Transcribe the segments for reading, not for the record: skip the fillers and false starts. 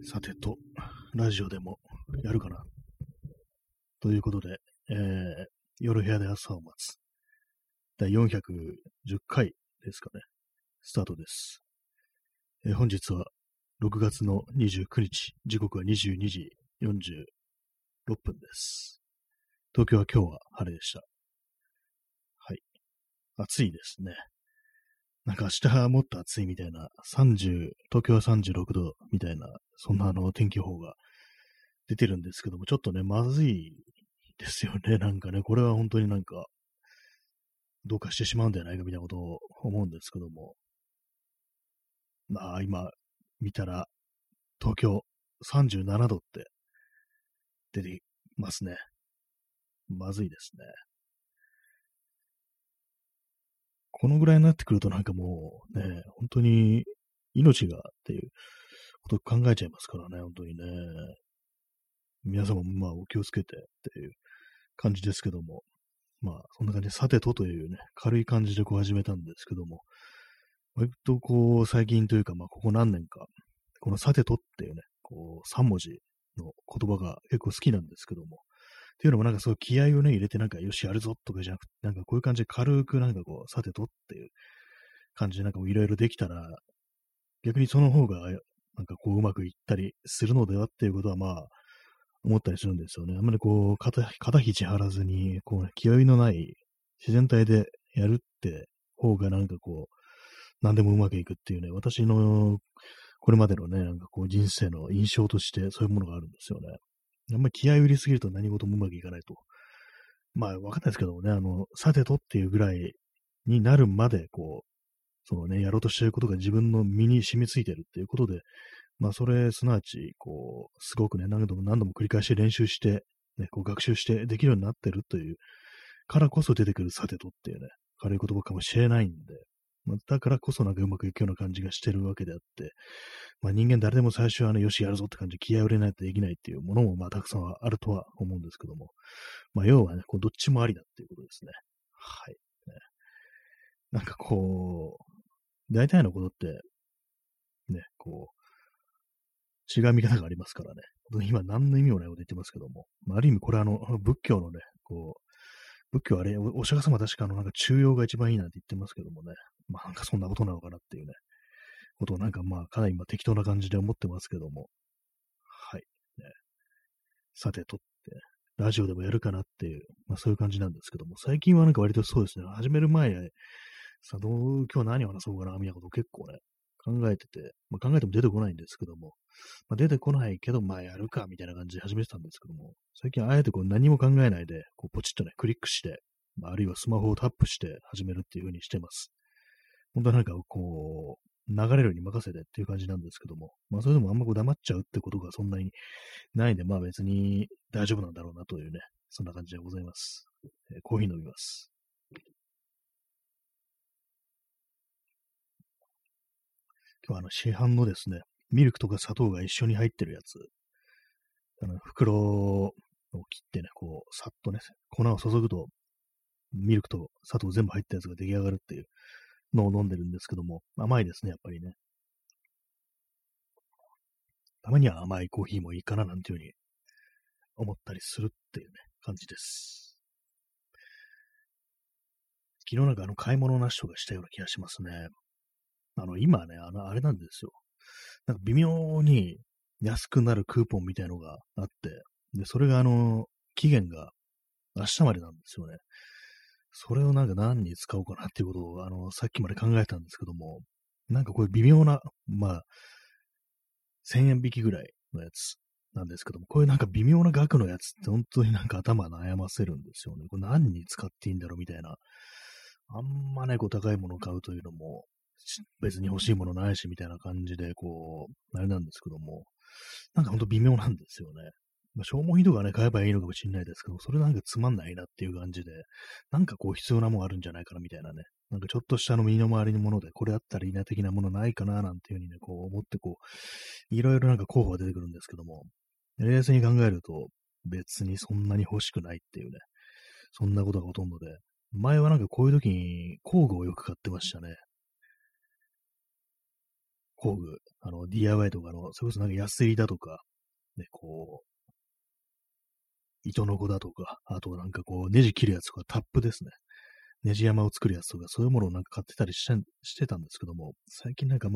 さてと、ラジオでもやるかな。ということで、夜部屋で朝を待つ。第410回ですかね。スタートです。本日は6月の29日、時刻は22時46分です。東京は今日は晴れでした。はい。暑いですね。なんか明日はもっと暑いみたいな、東京は36度みたいな、そんな天気予報が出てるんですけども、ちょっとね、まずいですよね。なんかね、これは本当になんか、どうかしてしまうんじゃないかみたいなことを思うんですけども、まあ今見たら、東京37度って出てますね。まずいですね。このぐらいになってくるとなんかもうね、本当に命がっていうことを考えちゃいますからね、本当にね。皆様もまあお気をつけてっていう感じですけども、まあそんな感じでさてというね、軽い感じでこう始めたんですけども、割とこう最近というかまあここ何年か、このさてとっていうね、こう3文字の言葉が結構好きなんですけども、っていうのもなんかそう気合をね入れてなんかよしやるぞとかじゃなくて、なんかこういう感じで軽くなんかこうさてとっていう感じでなんかいろいろできたら、逆にその方がなんかこううまくいったりするのではっていうことはまあ思ったりするんですよね。あんまりこう肩肘張らずに、こう、ね、気負いのない自然体でやるって方がなんかこう、何でもうまくいくっていうね、私のこれまでのね、なんかこう人生の印象としてそういうものがあるんですよね。あんまり気合を入れすぎると何事もうまくいかないと。まあわかんないですけどもね、さてとっていうぐらいになるまで、こう、そのね、やろうとしていることが自分の身に染みついてるっていうことで、まあそれ、すなわち、こう、すごくね、何度も何度も繰り返し練習して、ね、こう学習してできるようになってるというからこそ出てくるさてとっていうね、軽い言葉かもしれないんで、まあ、だからこそなんかうまくいくような感じがしてるわけであって、まあ人間誰でも最初はね、よしやるぞって感じで気合を入れないとできないっていうものもまあたくさんあるとは思うんですけども、まあ要はね、こうどっちもありだっていうことですね。はい。ね、なんかこう、大体のことって、ね、こう、違う見方がありますからね。今何の意味もないこと言ってますけども、まあ、ある意味これ仏教のね、こう、仏教あれ、お釈迦様は確かなんか中庸が一番いいなんて言ってますけどもね。まあなんかそんなことなのかなっていうね、ことをなんかまあかなり今適当な感じで思ってますけども。はい。ね、さてとって、ラジオでもやるかなっていう、まあそういう感じなんですけども、最近はなんか割とそうですね、始める前、さあ今日何を話そうかな、みたいなことを結構ね、考えてて、まあ考えても出てこないんですけども、まあ、出てこないけど、まあやるか、みたいな感じで始めてたんですけども、最近あえてこう何も考えないで、こうポチッとね、クリックして、まあ、あるいはスマホをタップして始めるっていう風にしてます。本当はなんかこう、流れるに任せてっていう感じなんですけども、まあそれでもあんまこう黙っちゃうってことがそんなにないんで、まあ別に大丈夫なんだろうなというね、そんな感じでございます。コーヒー飲みます。今日は市販のですね、ミルクとか砂糖が一緒に入ってるやつ、袋を切ってね、こう、さっとね、粉を注ぐと、ミルクと砂糖全部入ったやつが出来上がるっていうのを飲んでるんですけども、甘いですね、やっぱりね。たまには甘いコーヒーもいいかななんていうふうに思ったりするっていうね、感じです。昨日なんか買い物なしとかしたような気がしますね。今ね、あれなんですよ。なんか微妙に安くなるクーポンみたいのがあって、で、それが期限が明日までなんですよね。それをなんか何に使おうかなっていうことを、さっきまで考えたんですけども、なんかこれ微妙な、まあ、1000円引きぐらいのやつなんですけども、こういうなんか微妙な額のやつって本当になんか頭悩ませるんですよね。これ何に使っていいんだろうみたいな。あんまね、こう高いものを買うというのも、別に欲しいものないしみたいな感じで、こう、あれなんですけども、なんかほんと微妙なんですよね。まあ、消耗品とかね、買えばいいのかもしれないですけど、それなんかつまんないなっていう感じで、なんかこう必要なもんあるんじゃないかなみたいなね。なんかちょっとした身の回りのもので、これあったらいいな的なものないかななんていうふうにね、こう思ってこう、いろいろなんか候補が出てくるんですけども、冷静に考えると、別にそんなに欲しくないっていうね、そんなことがほとんどで、前はなんかこういう時に工具をよく買ってましたね。 工具、DIY とかそれこそなんかヤスリだとか、ね、糸のこだとか、あとなんかネジ切るやつとか、タップですね。ネジ山を作るやつとか、そういうものをなんか買ってたりしてたんですけども、最近なんか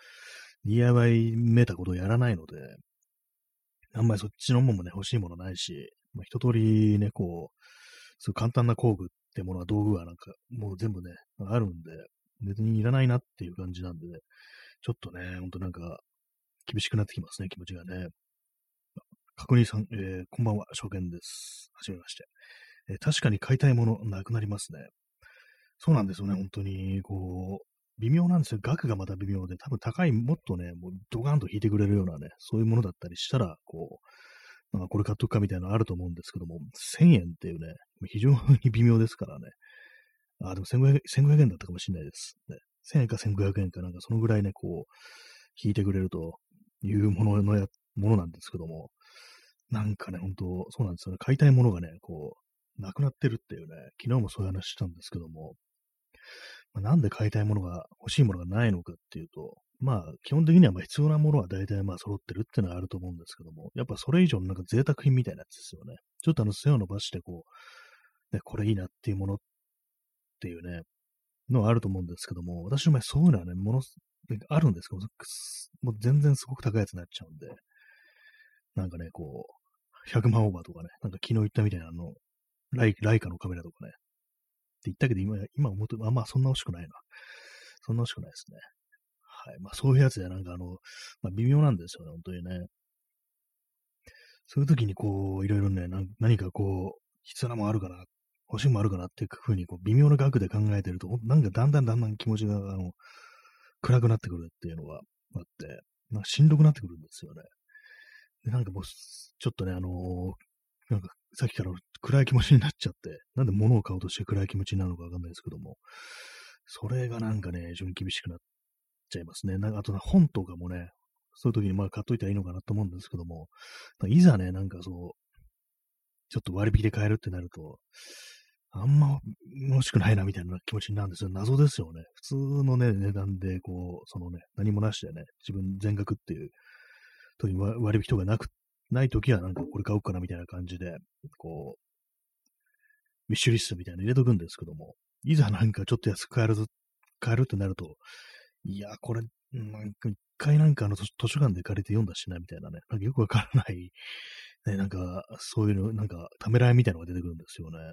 DIY めいたことをやらないので、あんまりそっちのもんもね、欲しいものないし、一通りね、そういう簡単な工具ってものは道具はなんか、もう全部ね、あるんで、別にいらないなっていう感じなんで、ちょっとね、ほんとなんか、厳しくなってきますね、気持ちがね。確認さん、こんばんは、証券です。はじめまして。確かに買いたいものなくなりますね。そうなんですよね、本当に、微妙なんですよ。額がまた微妙で、多分高い、もっとね、もうドカンと引いてくれるようなね、そういうものだったりしたら、これ買っとくかみたいなのあると思うんですけども、1000円っていうね、非常に微妙ですからね。でも1500円だったかもしれないです。ね、1000円か1500円かなんかそのぐらいね、引いてくれるというものなんですけども、なんかね、本当そうなんですよね。買いたいものがね、なくなってるっていうね、昨日もそういう話したんですけども、なんで買いたいものが、欲しいものがないのかっていうと、基本的には必要なものは大体揃ってるっていうのはあると思うんですけども、やっぱそれ以上のなんか贅沢品みたいなやつですよね。ちょっと背を伸ばしてね、これいいなっていうものっていうね、のはあると思うんですけども、私の場合そういうのはね、あるんですけどもう全然すごく高いやつになっちゃうんで、なんかね、100万オーバーとかね、なんか昨日言ったみたいなライカのカメラとかね、って言ったけど今思うと、そんな欲しくないな。そんな欲しくないですね。はい。そういうやつでなんか微妙なんですよね、本当にね。そういう時にいろいろね、何か必要なもんあるかな、欲しいもんあるかなっていう風に微妙な額で考えてると、なんかだんだん気持ちが暗くなってくるっていうのがあって、なんかしんどくなってくるんですよね。で、なんかもう、ちょっとね、なんかさっきから暗い気持ちになっちゃって、なんで物を買おうとして暗い気持ちになるのかわかんないですけども、それがなんかね、非常に厳しくなっちゃいますね。なんかあと本とかもね、そういう時に買っといたらいいのかなと思うんですけども、いざね、なんかちょっと割引で買えるってなると、あんま欲しくないなみたいな気持ちになるんですよ。謎ですよね。普通のね、値段で、何もなしでね、自分全額っていう時に割引とかない時はなんかこれ買おうかなみたいな感じで、ウィッシュリストみたいなの入れとくんですけども、いざなんかちょっと安く買えるってなると、いや、これ、なんか一回なんか図書館で借りて読んだしなみたいなね、なんかよくわからない、ね、なんかそういうの、なんかためらいみたいなのが出てくるんですよね。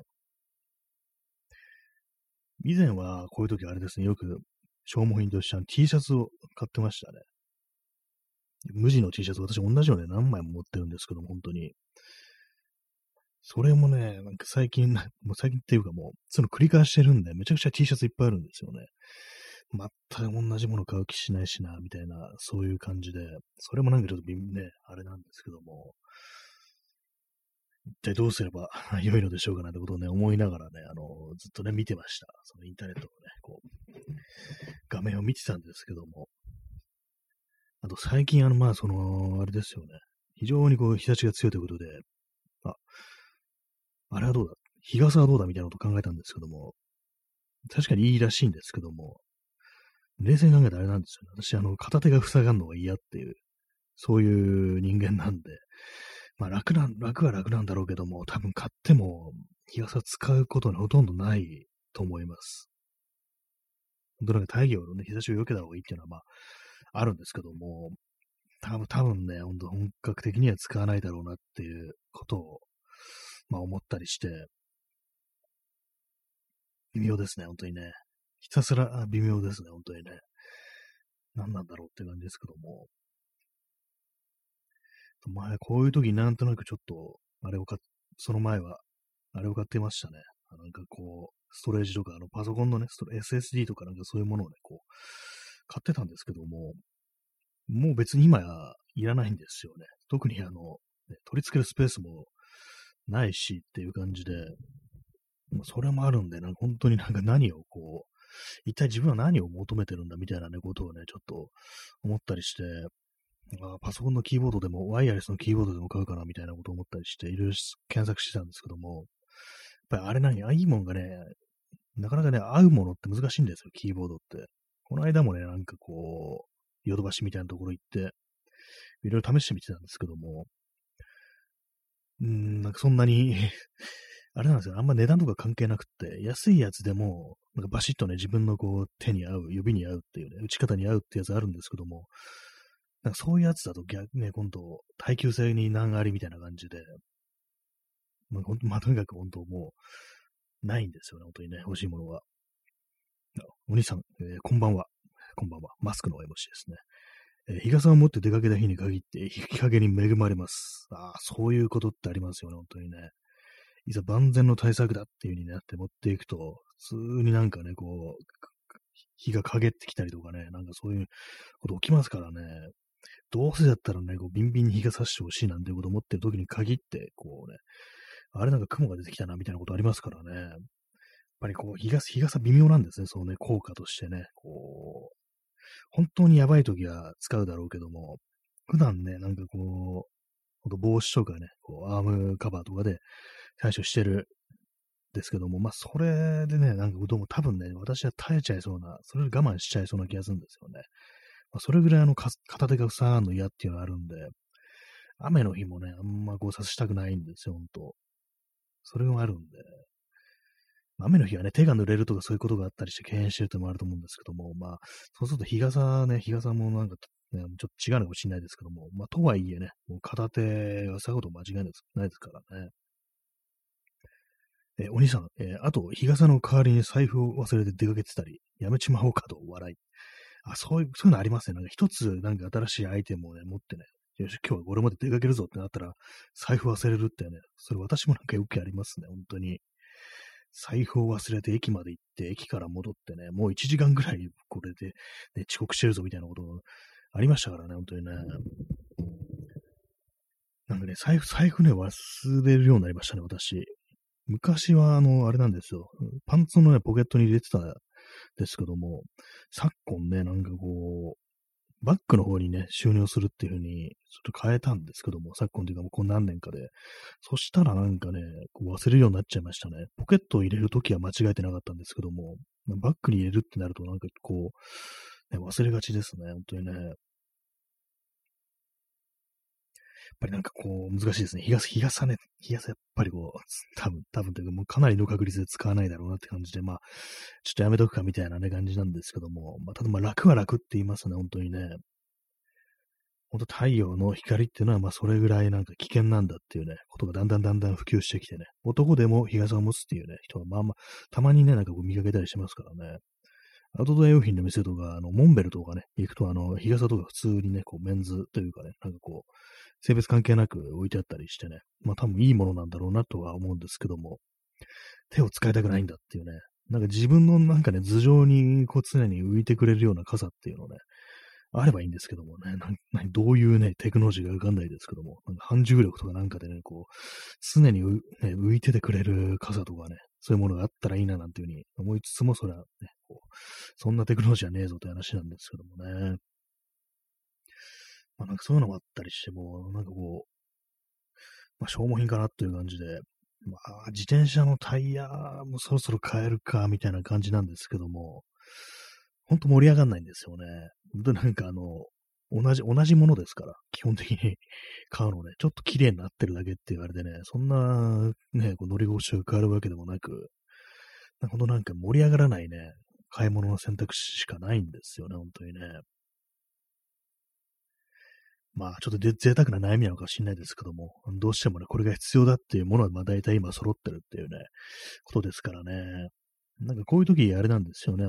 以前はこういう時あれですね、よく消耗品として T シャツを買ってましたね。無地の T シャツ、私同じようね、何枚も持ってるんですけども、本当に。それもね、なんか最近、もう最近っていうかもう、その繰り返してるんで、めちゃくちゃ T シャツいっぱいあるんですよね。全く同じもの買う気しないしな、みたいな、そういう感じで、それもなんかちょっとね、あれなんですけども、一体どうすれば良いのでしょうかなんてことをね、思いながらね、ずっとね、見てました。そのインターネットのね、画面を見てたんですけども、あと最近あれですよね、非常に日差しが強いということで、あ、あれはどうだ日傘はどうだみたいなことを考えたんですけども、確かにいいらしいんですけども、冷静に考えたらあれなんですよね。私、片手が塞がるのが嫌っていう、そういう人間なんで、楽は楽なんだろうけども、多分買っても日傘使うことはほとんどないと思います。本当なんか太陽のね、日差しを避けた方がいいっていうのはあるんですけども、多分ね、本格的には使わないだろうなっていうことを、思ったりして、微妙ですね、本当にね。ひたすら微妙ですね、本当にね。何なんだろうって感じですけども。こういう時なんとなくちょっと、その前は、あれを買ってましたね。なんかストレージとか、パソコンのね、SSD とかなんかそういうものをね、買ってたんですけども、もう別に今やいらないんですよね。特に取り付けるスペースもないしっていう感じで、それもあるんで、なんか本当になんか何を一体自分は何を求めてるんだみたいなね、ことをね、ちょっと思ったりして、パソコンのキーボードでも、ワイヤレスのキーボードでも買うかなみたいなことを思ったりして、いろいろ検索してたんですけども、やっぱりあれいいもんがね、なかなかね、合うものって難しいんですよ、キーボードって。この間もね、なんかヨドバシみたいなところ行って、いろいろ試してみてたんですけども、なんかそんなにあれなんですよ。あんま値段とか関係なくって、安いやつでも、なんかバシッとね、自分のこう、手に合う、指に合うっていうね、打ち方に合うってやつあるんですけども、なんかそういうやつだと逆ね、今度、耐久性に難ありみたいな感じで、とにかく本当もう、ないんですよね、本当にね、欲しいものが。お兄さん、こんばんは。こんばんは。マスクの MC ですね。日傘を持って出かけた日に限って、日陰に恵まれます。ああ、そういうことってありますよね、本当にね。いざ万全の対策だっていう風になって持っていくと、普通になんかね、こう、日が陰ってきたりとかね、なんかそういうこと起きますからね。どうせだったらね、こう、ビンビンに日が差してほしいなんていうことを思ってる時に限って、こうね、あれなんか雲が出てきたな、みたいなことありますからね。やっぱりこう、日傘微妙なんですね、そのね、効果としてね。こう、本当にやばい時は使うだろうけども、普段ね、なんかこう、ほんと帽子とかね、こう、アームカバーとかで対処してるんですけども、まあ、それでね、なんかどうも多分ね、私は耐えちゃいそうな、それで我慢しちゃいそうな気がするんですよね。まあ、それぐらい片手が塞がるの嫌っていうのがあるんで、雨の日もね、あんまこうさせたくないんですよ、ほんと。それがあるんで、雨の日はね、手が濡れるとかそういうことがあったりして敬遠してるってのもあると思うんですけども、まあ、そうすると日傘もなんか、ね、ちょっと違うのかもしれないですけども、まあ、とはいえね、もう片手が塞ぐこと間違いないですからね。お兄さん、あと、日傘の代わりに財布を忘れて出かけてたり、やめちまおうかと笑い。あ、そういうのありますね。なんか一つ、なんか新しいアイテムをね、持ってね、よし、今日はこれまで出かけるぞってなったら、財布忘れるってね、それ私もなんかよくありますね、本当に。財布を忘れて駅まで行って、駅から戻ってね、もう1時間ぐらいこれで、ね、遅刻してるぞみたいなことありましたからね、本当にね。なんかね、財布ね、忘れるようになりましたね、私。昔は、あれなんですよ。パンツのね、ポケットに入れてたんですけども、昨今ね、なんかこう、バッグの方にね、収納するっていう風に、ちょっと変えたんですけども、昨今というかもうこの何年かで。そしたらなんかね、こう忘れるようになっちゃいましたね。ポケットを入れるときは間違えてなかったんですけども、バッグに入れるってなるとなんかこう、ね、忘れがちですね、本当にね。ぱりなんかこう、難しいですね。日傘やっぱりこう、多分というかもうかなりの確率で使わないだろうなって感じで、まあ、ちょっとやめとくかみたいなね、感じなんですけども、まあ、ただまあ楽は楽って言いますね、本当にね。本当太陽の光っていうのは、まあそれぐらいなんか危険なんだっていうね、ことがだんだん普及してきてね、男でも日傘を持つっていうね、人はまあまあ、たまにね、なんかこう見かけたりしますからね。アウトドア用品の店とか、モンベルとかね、行くと、日傘とか普通にね、こう、メンズというかね、なんかこう、性別関係なく置いてあったりしてね、まあ多分いいものなんだろうなとは思うんですけども、手を使いたくないんだっていうね、なんか自分のなんかね、頭上にこう常に浮いてくれるような傘っていうのね、あればいいんですけどもね、どういうね、テクノロジーがわかんないですけども、なんか反重力とかなんかでね、こう、常に浮いててくれる傘とかね、そういうものがあったらいいななんていうふうに思いつつも、それはね、こう、そんなテクノロジーはねえぞという話なんですけどもね。まあなんかそういうのもあったりしても、なんかこう、まあ消耗品かなという感じで、まあ自転車のタイヤもそろそろ変えるかみたいな感じなんですけども、ほんと盛り上がんないんですよね。ほんとなんか同じものですから、基本的に買うのね、ちょっと綺麗になってるだけって言われてね、そんなね、こう乗り心地が変わるわけでもなく、ほんとなんか盛り上がらないね、買い物の選択肢しかないんですよね、本当にね。まあ、ちょっと贅沢な悩みなのかもしれないですけども、どうしてもね、これが必要だっていうものは、まあ大体今揃ってるっていうね、ことですからね。なんかこういう時、あれなんですよね、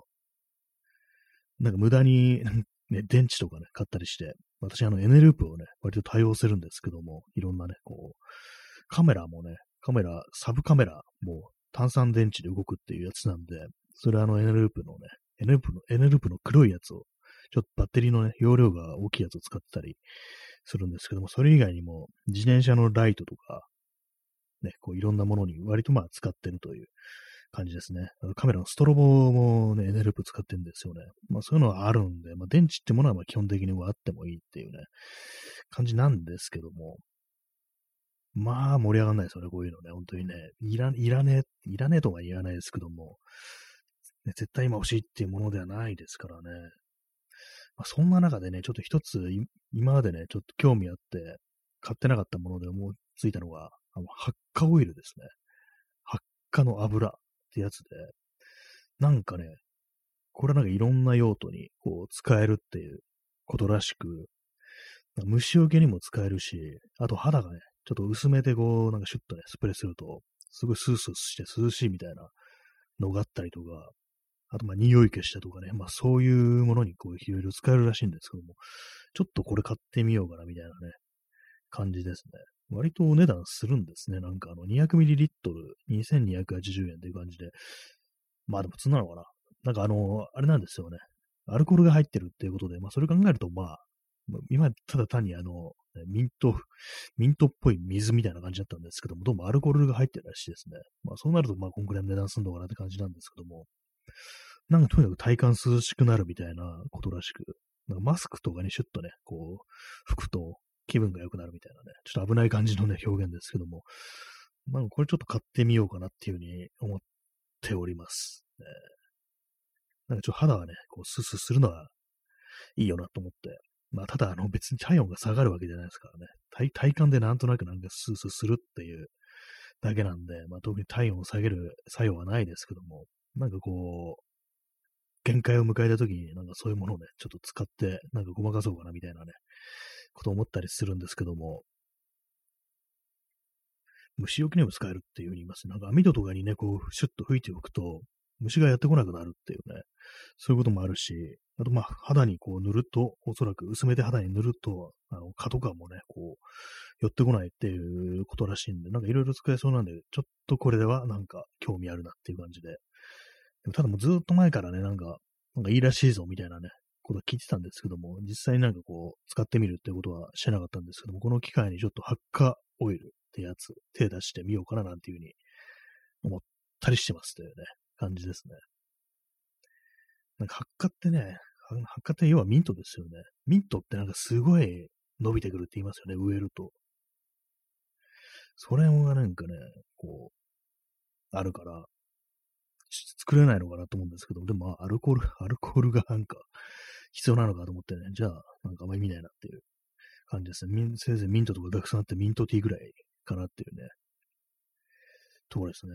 なんか無駄に、ね、電池とかね、買ったりして、私エネループをね、割と対応するんですけども、いろんなね、こう、カメラもね、サブカメラも単三電池で動くっていうやつなんで、それエネループのね、エネループの黒いやつを、ちょっとバッテリーのね、容量が大きいやつを使ってたりするんですけども、それ以外にも、自転車のライトとか、ね、こういろんなものに割とまあ使ってるという感じですね。カメラのストロボもね、エネループ使ってるんですよね。まあそういうのはあるんで、まあ電池ってものはまあ基本的にはあってもいいっていうね、感じなんですけども、まあ盛り上がんないですよね、こういうのね、本当にね。いらねえとは言わないですけども、ね、絶対今欲しいっていうものではないですからね。 まあ、そんな中でね、ちょっと一つ、今までね、ちょっと興味あって、買ってなかったもので思いついたのが、発火オイルですね。発火の油ってやつで、なんかね、これなんかいろんな用途にこう使えるっていうことらしく、虫除けにも使えるし、あと肌がね、ちょっと薄めてこう、なんかシュッとね、スプレーすると、すごいスースーして涼しいみたいなのがあったりとか、あとまあ匂い消したとかね、まあそういうものにこういろいろ使えるらしいんですけども、ちょっとこれ買ってみようかなみたいなね、感じですね。割とお値段するんですね。なんか200ml、2280円という感じで。まあでも普通なのかな。なんかあれなんですよね。アルコールが入ってるっていうことで、まあそれ考えると今ただ単にミントっぽい水みたいな感じだったんですけども、どうもアルコールが入ってるらしいですね。まあそうなるとまあこんくらいの値段するのかなって感じなんですけども、なんかとにかく体感涼しくなるみたいなことらしく、なんかマスクとかにシュッとね、こう、吹くと気分が良くなるみたいなね、ちょっと危ない感じのね、表現ですけども、まあこれちょっと買ってみようかなっていうふうに思っております。なんかちょっと肌はね、こうスースーするのはいいよなと思って。まあただ別に体温が下がるわけじゃないですからね。体感でなんとなくなんかスースーするっていうだけなんで、まあ特に体温を下げる作用はないですけども、なんかこう、限界を迎えた時になんかそういうものをね、ちょっと使ってなんかごまかそうかなみたいなね、ことを思ったりするんですけども、虫除けにも使えるっていう風に言います。なんか網戸とかにね、こう、シュッと吹いておくと、虫がやってこなくなるっていうね、そういうこともあるし、あとまあ、肌にこう塗ると、おそらく薄めて肌に塗ると、蚊とかもね、こう、寄ってこないっていうことらしいんで、なんかいろいろ使えそうなんで、ちょっとこれではなんか興味あるなっていう感じで。でもただもうずっと前からね、なんかいいらしいぞみたいなね、ことは聞いてたんですけども、実際になんかこう、使ってみるってことはしてなかったんですけども、この機会にちょっと発火オイルってやつ、手出してみようかななんていうふうに思ったりしてますというね、感じですね。なんか発火ってね、発火って要はミントですよね。ミントってなんかすごい伸びてくるって言いますよね、植えると。それがなんかね、こう、あるから、作れないのかなと思うんですけど、でもまあアルコールがなんか必要なのかと思ってね、じゃあ、なんかあんまり見ないなっていう感じですね。せいぜいミントとかたくさんあってミントティーぐらいかなっていうね、ところですね。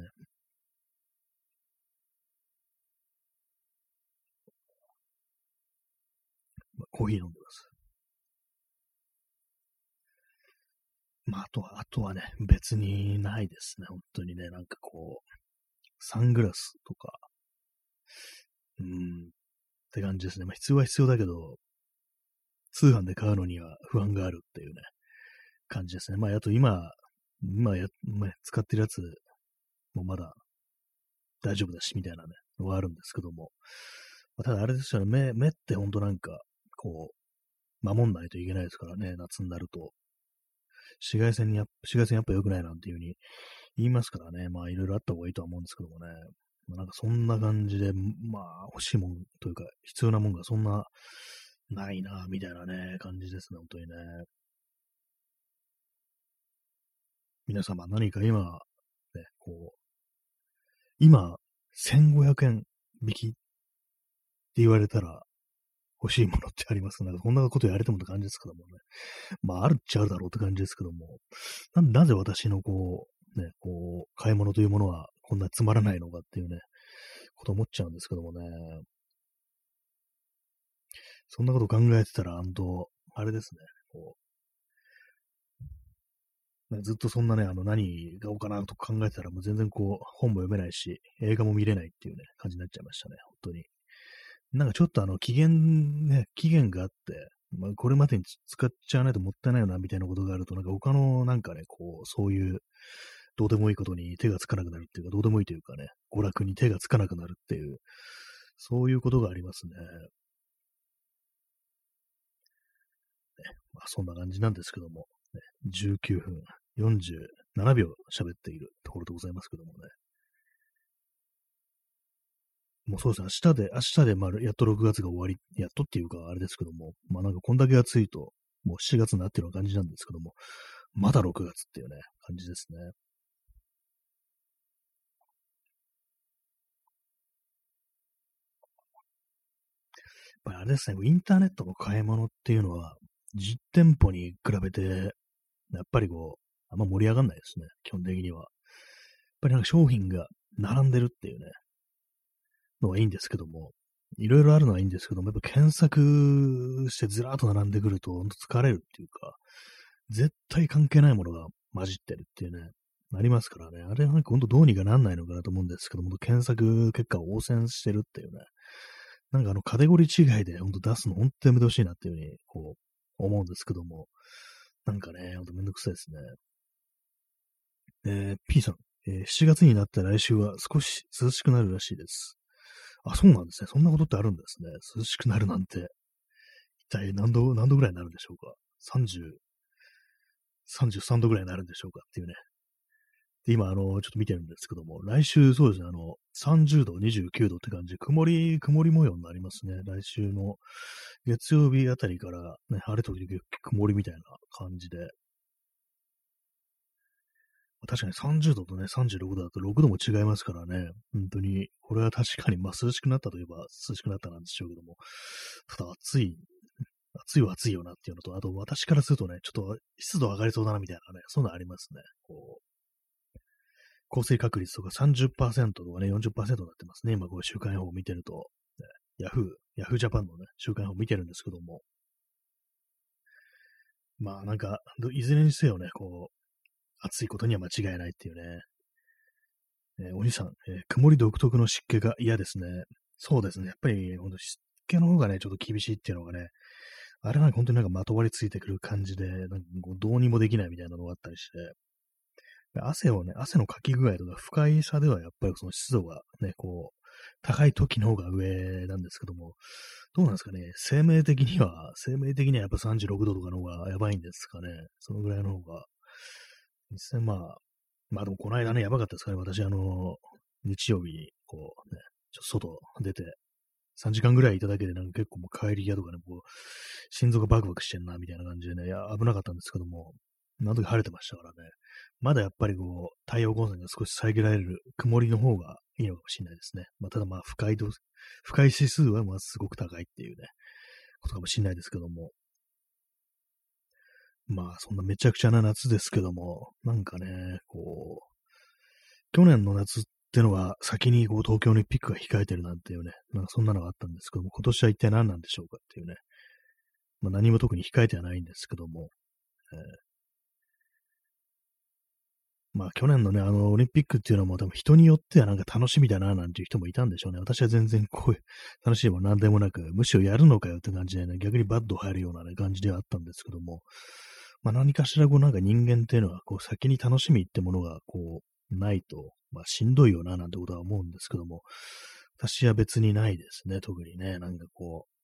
まあ、コーヒー飲んでます。まあ、あとはね、別にないですね。本当にね、なんかこう、サングラスとか、って感じですね。まあ、必要は必要だけど、通販で買うのには不安があるっていうね、感じですね。まあ、あとまあ、使ってるやつもまだ大丈夫だし、みたいなね、のはあるんですけども。まあ、ただあれですよね、目ってほんとなんか、こう、守んないといけないですからね、夏になると。紫外線やっぱ良くないなんていう風に言いますからね、まあいろいろあった方がいいとは思うんですけどもね。まあ、なんかそんな感じで、まあ欲しいもんというか必要なもんがそんなないな、みたいなね、感じですね、本当にね。皆様何か今、ね、こう、今、1500円引きって言われたら欲しいものってありますか？なんかこんなこと言われてもって感じですけどもね。まああるっちゃあるだろうって感じですけども、なぜ私のこう、ね、こう、買い物というものはこんなつまらないのかっていうね、こと思っちゃうんですけどもね。そんなこと考えてたら、あれですね、こう、ずっとそんなね、何買おうかなと考えてたら、もう全然こう、本も読めないし、映画も見れないっていうね、感じになっちゃいましたね、本当に。なんかちょっと期限があって、まあ、これまでに使っちゃわないともったいないよな、みたいなことがあると、なんか他のなんかね、こう、そういう、どうでもいいことに手がつかなくなるっていうか、どうでもいいというかね、娯楽に手がつかなくなるっていう、そういうことがありますね。まあ、そんな感じなんですけども、ね、19分47秒喋っているところでございますけどもね。もうそうですね、明日で、まあ、やっと6月が終わり、やっとっていうか、あれですけども、まあなんかこんだけ暑いと、もう7月になってるような感じなんですけども、まだ6月っていうね、感じですね。 ぱりあれですね、インターネットの買い物っていうのは、実店舗に比べて、やっぱりあんま盛り上がんないですね、基本的には。やっぱりなんか商品が並んでるっていうね、のはいいんですけども、いろいろあるのはいいんですけども、やっぱ検索してずらーっと並んでくると、ほんと疲れるっていうか、絶対関係ないものが混じってるっていうね、ありますからね。あれなんかほんとどうにかなんないのかなと思うんですけども、検索結果を汚染してるっていうね、なんかカテゴリー違いでほんと出すのほんとやめてほしいなっていうふうに、思うんですけども、なんかね、ほんとめんどくさいですね。P さん、7月になった来週は少し涼しくなるらしいです。あ、そうなんですね。そんなことってあるんですね。涼しくなるなんて。一体何度ぐらいになるんでしょうか。30、33度ぐらいになるんでしょうかっていうね。で、今、ちょっと見てるんですけども、来週、そうですね、30度、29度って感じで、曇り模様になりますね。来週の月曜日あたりから、ね、晴れ時々曇りみたいな感じで、確かに30度とね、36度だと6度も違いますからね。本当に、これは確かに、まあ涼しくなったといえば涼しくなったなんでしょうけども、ただ暑いは暑いよなっていうのと、あと私からするとね、ちょっと湿度上がりそうだなみたいなね、そういうのありますね。降水確率とか30%とかね、40%になってますね。今、週間予報を見てると、ね、ヤフージャパンのね、週間予報を見てるんですけども、まあなんか、いずれにせよね、暑いことには間違いないっていうね。お兄さん、曇り独特の湿気が嫌ですね。そうですね。やっぱり、ほんと湿気の方がね、ちょっと厳しいっていうのがね、あれなんか本当になんかまとわりついてくる感じで、なんかどうにもできないみたいなのがあったりして、汗のかき具合とか不快さではやっぱりその湿度がね、高い時の方が上なんですけども、どうなんですかね、生命的にはやっぱ36度とかの方がやばいんですかね。そのぐらいの方が。実際まあでもこの間ね、やばかったですからね。私日曜日にちょっと外出て、3時間ぐらいいただけでなんか結構もう帰り際とかね、心臓がバクバクしてんな、みたいな感じでね、いや、危なかったんですけども、あの時晴れてましたからね、まだやっぱり太陽光線が少し遮られる曇りの方がいいのかもしれないですね。ただ不快指数はすごく高いっていうね、ことかもしれないですけども、そんなめちゃくちゃな夏ですけども、なんかね、去年の夏ってのは先に東京オリンピックが控えてるなんていうね、なんかそんなのがあったんですけども、今年は一体何なんでしょうかっていうね、何も特に控えてはないんですけども、去年のね、オリンピックっていうのも多分人によってはなんか楽しみだななんていう人もいたんでしょうね。私は全然楽しいも何でもなく、むしろやるのかよって感じでね、逆にバッド入るようなね、感じではあったんですけども、何かしらなんか人間っていうのは、先に楽しみってものがないと、しんどいよななんてことは思うんですけども、私は別にないですね、特にね、なんか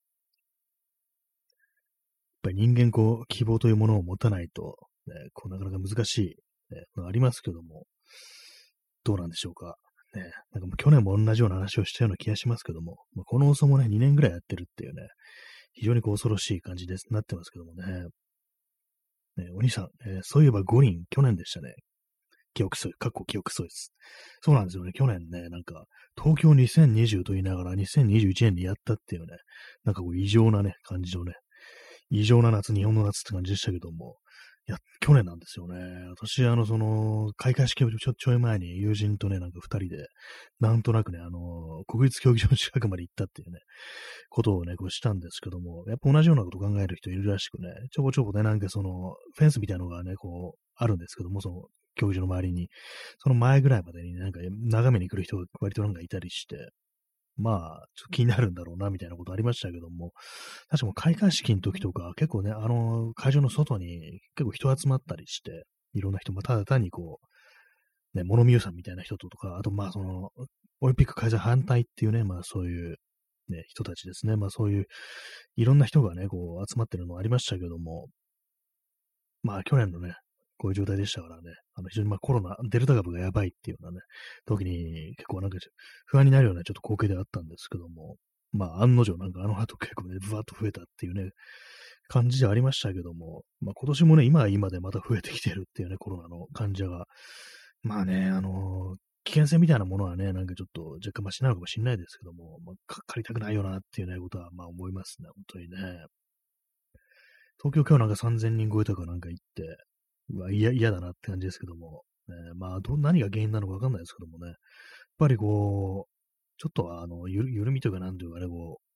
やっぱり人間希望というものを持たないと、ね、なかなか難しい、ね、ありますけども、どうなんでしょうか。ね、なんかもう去年も同じような話をしたような気がしますけども、この放送もね、2年ぐらいやってるっていうね、非常に恐ろしい感じです、なってますけどもね。お兄さん、そういえば五輪、去年でしたね。記憶喪失。そうなんですよね。去年ね、なんか、東京2020と言いながら2021年にやったっていうね、なんか異常なね、感じのね、異常な夏、日本の夏って感じでしたけども、いや、去年なんですよね。私、開会式ちょい前に友人とね、なんか二人で、なんとなくね、国立競技場の近くまで行ったっていうね、ことをね、したんですけども、やっぱ同じようなことを考える人いるらしくね、ちょこちょこね、なんかフェンスみたいなのがね、あるんですけども、競技場の周りに、その前ぐらいまでにね、なんか眺めに来る人が割となんかいたりして、ちょっと気になるんだろうな、みたいなことありましたけども、確かもう開会式の時とか、結構ね、会場の外に結構人集まったりして、いろんな人、ただ単にね、物見遊山みたいな人とか、あとオリンピック開催反対っていうね、そういう、ね、人たちですね。そういう、いろんな人がね、集まってるのありましたけども、去年のね、こういう状態でしたからね、非常にコロナ、デルタ株がやばいっていうようなね、時に結構なんか不安になるようなちょっと光景ではあったんですけども、案の定なんか後結構ね、ブワーッと増えたっていうね、感じでありましたけども、今年もね、今は今でまた増えてきてるっていうね、コロナの患者が。 危険性みたいなものはね、なんかちょっと若干マシなのかもしれないですけども、借りたくないよなっていうね、ことは、思いますね、本当にね。東京今日なんか3000人超えとかなんか行って、嫌だなって感じですけども、何が原因なのかわかんないですけどもね、やっぱりこう、ちょっと緩みというかなんというかね、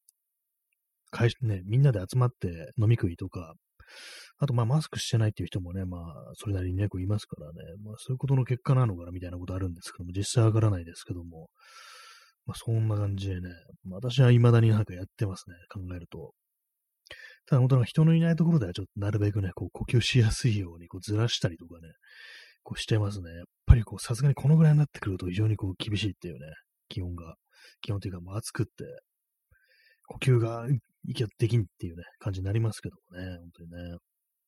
みんなで集まって飲み食いとか、あとマスクしてないっていう人もね、それなりにね、いますからね、そういうことの結果なのかなみたいなことあるんですけども、実際わからないですけども、そんな感じでね、私は未だになんかやってますね、考えると。ただ本当は人のいないところではちょっとなるべくね、呼吸しやすいようにずらしたりとかね、してますね。やっぱりさすがにこのぐらいになってくると非常に厳しいっていうね、気温というか暑くって、呼吸が息ができんっていうね、感じになりますけどもね、本当にね。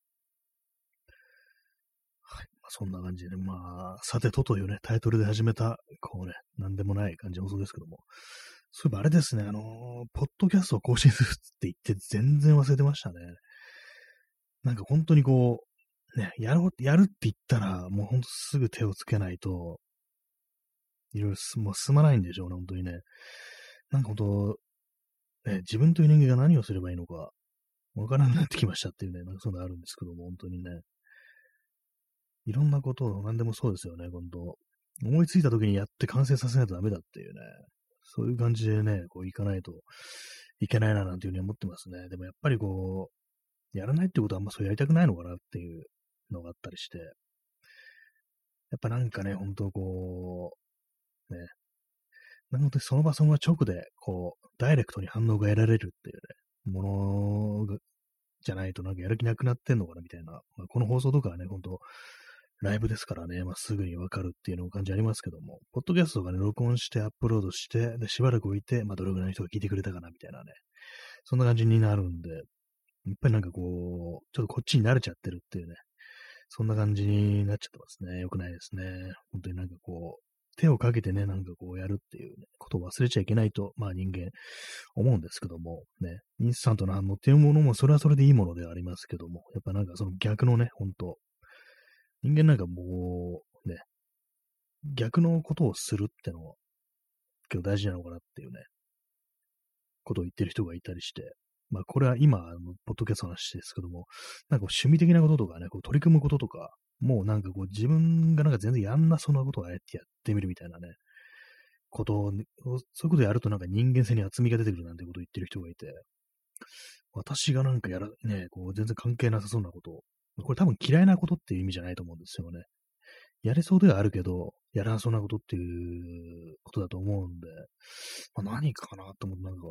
はい。そんな感じでね、さてとというね、タイトルで始めた、なんでもない感じの放送ですけども、そういえばあれですね、ポッドキャストを更新するって言って全然忘れてましたね。なんか本当にね、やるって言ったら、もうほんとすぐ手をつけないと、いろいろもう進まないんでしょうね、本当にね。なんか本当、ね、自分という人間が何をすればいいのか、わからなくなってきましたっていうね、なんかそういうのあるんですけども、本当にね。いろんなことを何でもそうですよね、本当思いついた時にやって完成させないとダメだっていうね、そういう感じでね、いかないといけないななんていうふうに思ってますね。でもやっぱりやらないってことはあんまそうやりたくないのかなっていうのがあったりして、やっぱなんかね、本当ね、本当にその場その場直で、ダイレクトに反応が得られるっていうね、ものがじゃないとなんかやる気なくなってんのかなみたいな。この放送とかはね、本当ライブですからね、すぐにわかるっていうの感じありますけども、ポッドキャストがね、録音してアップロードして、で、しばらく置いて、どれぐらいの人が聞いてくれたかなみたいなね、そんな感じになるんで、やっぱりなんかちょっとこっちに慣れちゃってるっていうね、そんな感じになっちゃってますね。良くないですね。本当になんか手をかけてね、なんかやるっていう、ね、ことを忘れちゃいけないと、人間思うんですけども、ね、インスタントな反応っていうものも、それはそれでいいものではありますけども、やっぱなんかその逆のね、本当人間なんかね、逆のことをするってのは結構大事なのかなっていうね、ことを言ってる人がいたりして、これは今、ポッドキャストの話ですけども、なんか趣味的なこととかね、取り組むこととか、もうなんか自分がなんか全然やんなそうなことをやってみるみたいなね、そういうことやるとなんか人間性に厚みが出てくるなんてことを言ってる人がいて、私がなんかね、全然関係なさそうなこと、これ多分嫌いなことっていう意味じゃないと思うんですよね。やれそうではあるけど、やらなそうなことっていうことだと思うんで、何かなと思って、なんか、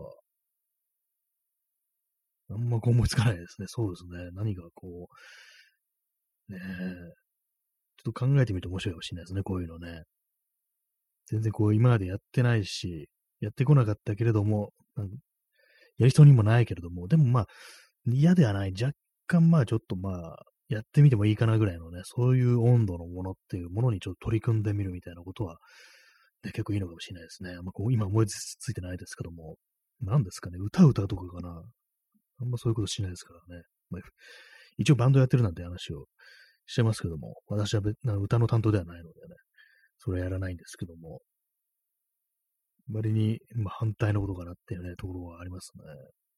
あんま思いつかないですね。そうですね。何がねえ、ちょっと考えてみると面白いかもしれないですね。こういうのね。全然今までやってないし、やってこなかったけれども、やりそうにもないけれども、でも嫌ではない。若干ちょっとやってみてもいいかなぐらいのね、そういう温度のものっていうものにちょっと取り組んでみるみたいなことは、ね、結構いいのかもしれないですね。今思いついてないですけども、何ですかね、歌とかかな。あんまそういうことしないですからね。一応バンドやってるなんて話をしてますけども、私は歌の担当ではないのでね、それはやらないんですけども、割に、反対のことかなっていうね、ところはありますね。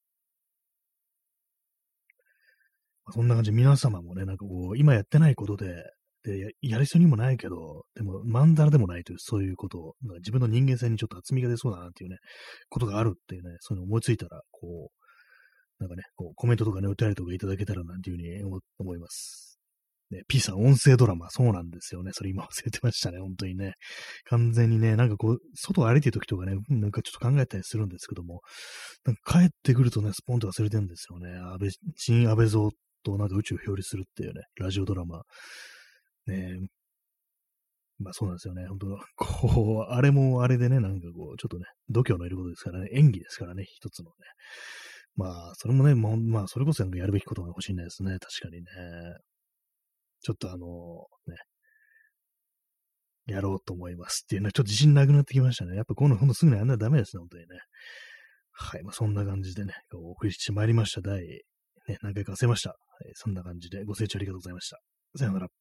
そんな感じで皆様もね、なんか今やってないことで、やりそうにもないけど、でも、まんざらでもないという、そういうことを、なんか自分の人間性にちょっと厚みが出そうだなっていうね、ことがあるっていうね、そういうの思いついたら、なんかね、コメントとかね、お便りとかいただけたらなんていうふうに思います。ね、P さん、音声ドラマ、そうなんですよね。それ今忘れてましたね、本当にね。完全にね、なんか外を歩いてる時とかね、なんかちょっと考えたりするんですけども、なんか帰ってくるとね、スポンと忘れてるんですよね。新安倍蔵となんか宇宙を表裏するっていうね、ラジオドラマ。ね、そうなんですよね。本当あれもあれでね、なんかちょっとね、度胸のいることですからね、演技ですからね、一つのね。それもね、それこそなんかやるべきことかもしれないですね。確かにね。ちょっとね、やろうと思いますっていうのは、ちょっと自信なくなってきましたね。やっぱこのほんとすぐにやんないとダメですね、本当にね。はい。そんな感じでね、お送りしてまいりました。何回か忘れました。はい。そんな感じでご清聴ありがとうございました。さようなら。